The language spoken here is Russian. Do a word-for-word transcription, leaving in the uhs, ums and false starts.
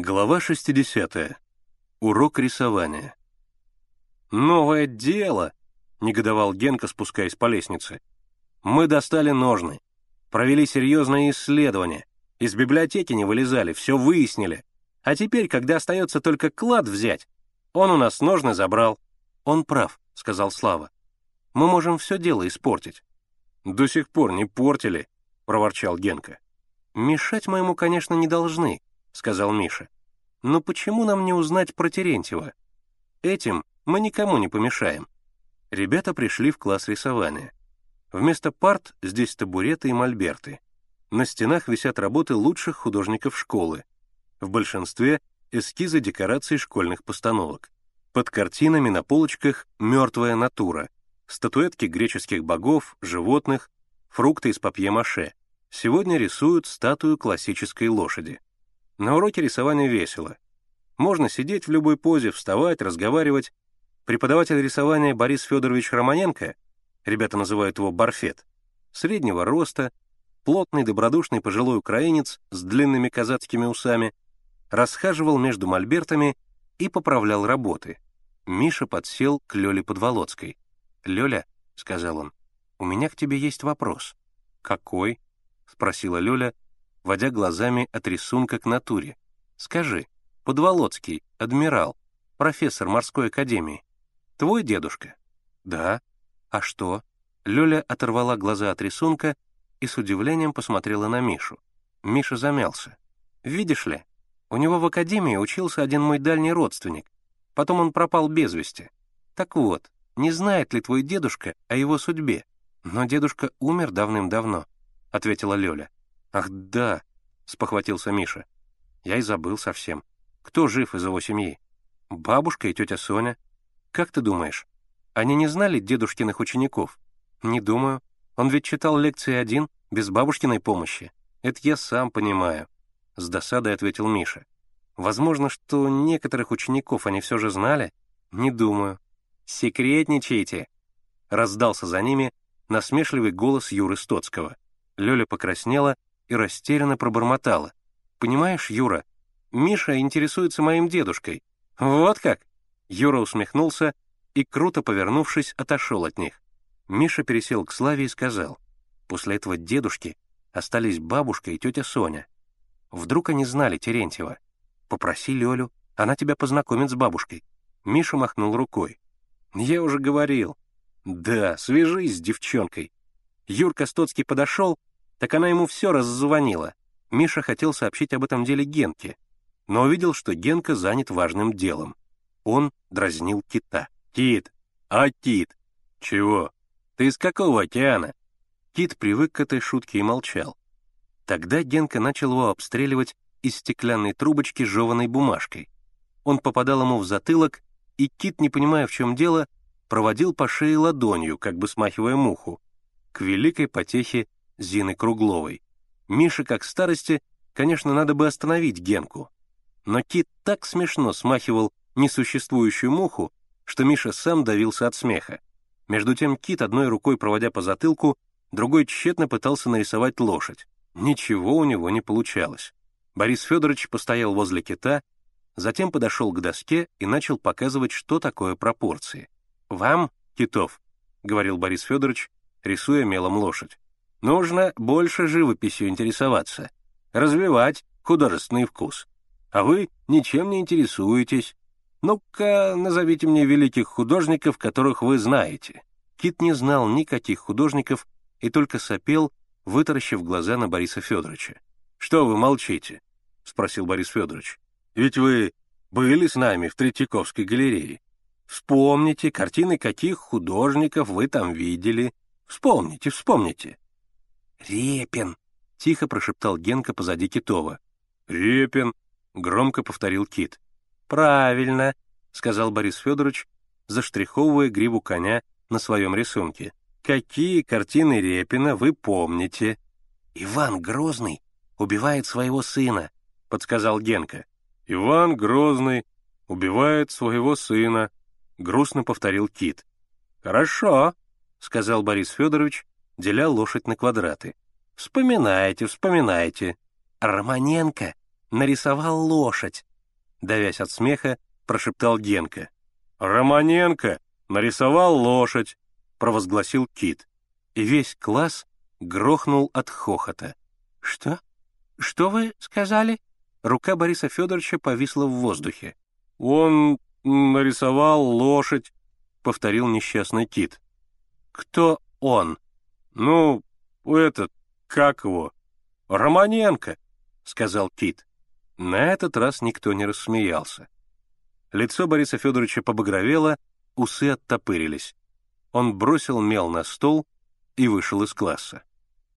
Глава шестидесятая. Урок рисования. «Новое дело!» — негодовал Генка, спускаясь по лестнице. «Мы достали ножны, провели серьезное исследование, из библиотеки не вылезали, все выяснили. А теперь, когда остается только клад взять, он у нас ножны забрал». «Он прав», — сказал Слава. «Мы можем все дело испортить». «До сих пор не портили», — проворчал Генка. «Мешать мы ему, конечно, не должны», — сказал Миша. «Но почему нам не узнать про Терентьева? Этим мы никому не помешаем». Ребята пришли в класс рисования. Вместо парт здесь табуреты и мольберты. На стенах висят работы лучших художников школы. В большинстве — эскизы декораций школьных постановок. Под картинами на полочках мертвая натура, статуэтки греческих богов, животных, фрукты из папье-маше. Сегодня рисуют статую классической лошади. На уроке рисования весело. Можно сидеть в любой позе, вставать, разговаривать. Преподаватель рисования Борис Федорович Романенко, ребята называют его Барфет, среднего роста, плотный, добродушный пожилой украинец с длинными казацкими усами, расхаживал между мольбертами и поправлял работы. Миша подсел к Лёле Подволоцкой. «Лёля», — сказал он, — «у меня к тебе есть вопрос». «Какой?» — спросила Лёля, водя глазами от рисунка к натуре. «Скажи, Подволоцкий, адмирал, профессор морской академии, твой дедушка?» «Да». «А что?» Лёля оторвала глаза от рисунка и с удивлением посмотрела на Мишу. Миша замялся. «Видишь ли, у него в академии учился один мой дальний родственник. Потом он пропал без вести. Так вот, не знает ли твой дедушка о его судьбе?» «Но дедушка умер давным-давно», — ответила Лёля. «Ах, да», — спохватился Миша. «Я и забыл совсем. Кто жив из его семьи?» «Бабушка и тетя Соня. Как ты думаешь, они не знали дедушкиных учеников?» «Не думаю. Он ведь читал лекции один, без бабушкиной помощи. Это я сам понимаю», — с досадой ответил Миша. «Возможно, что некоторых учеников они все же знали? Не думаю». «Секретничайте», — раздался за ними насмешливый голос Юры Стоцкого. Лёля покраснела и растерянно пробормотала. «Понимаешь, Юра, Миша интересуется моим дедушкой». «Вот как?» Юра усмехнулся и, круто повернувшись, отошел от них. Миша пересел к Славе и сказал: «После этого дедушки остались бабушка и тетя Соня. Вдруг они знали Терентьева? Попроси Лёлю, она тебя познакомит с бабушкой». Миша махнул рукой. «Я уже говорил». «Да, свяжись с девчонкой». Юрка Стоцкий подошел, так она ему все раззвонила. Миша хотел сообщить об этом деле Генке, но увидел, что Генка занят важным делом. Он дразнил Кита. «Кит! А, Кит! Чего? Ты из какого океана?» Кит привык к этой шутке и молчал. Тогда Генка начал его обстреливать из стеклянной трубочки жеваной бумажкой. Он попадал ему в затылок, и Кит, не понимая, в чем дело, проводил по шее ладонью, как бы смахивая муху, к великой потехе Зины Кругловой. Мише, как старости, конечно, надо бы остановить Генку. Но Кит так смешно смахивал несуществующую муху, что Миша сам давился от смеха. Между тем Кит, одной рукой проводя по затылку, другой тщетно пытался нарисовать лошадь. Ничего у него не получалось. Борис Федорович постоял возле Кита, затем подошел к доске и начал показывать, что такое пропорции. «Вам, Китов, — говорил Борис Федорович, рисуя мелом лошадь, — нужно больше живописью интересоваться, развивать художественный вкус. А вы ничем не интересуетесь. Ну-ка, назовите мне великих художников, которых вы знаете». Кит не знал никаких художников и только сопел, вытаращив глаза на Бориса Федоровича. «Что вы молчите?» — спросил Борис Федорович. «Ведь вы были с нами в Третьяковской галерее. Вспомните, картины каких художников вы там видели. Вспомните, вспомните». «Репин», — тихо прошептал Генка позади Китова. «Репин», — громко повторил Кит. «Правильно», — сказал Борис Федорович, заштриховывая гриву коня на своем рисунке. «Какие картины Репина вы помните?» «Иван Грозный убивает своего сына», — подсказал Генка. «Иван Грозный убивает своего сына», — грустно повторил Кит. «Хорошо», — сказал Борис Федорович, деля лошадь на квадраты. «Вспоминайте, вспоминайте. Романенко нарисовал лошадь», давясь от смеха, прошептал Генка. «Романенко нарисовал лошадь», — провозгласил Кит. И весь класс грохнул от хохота. «Что? Что вы сказали?» Рука Бориса Федоровича повисла в воздухе. «Он нарисовал лошадь», — повторил несчастный Кит. «Кто он?» «Ну, этот, как его?» «Романенко», — сказал Кит. На этот раз никто не рассмеялся. Лицо Бориса Федоровича побагровело, усы оттопырились. Он бросил мел на стол и вышел из класса.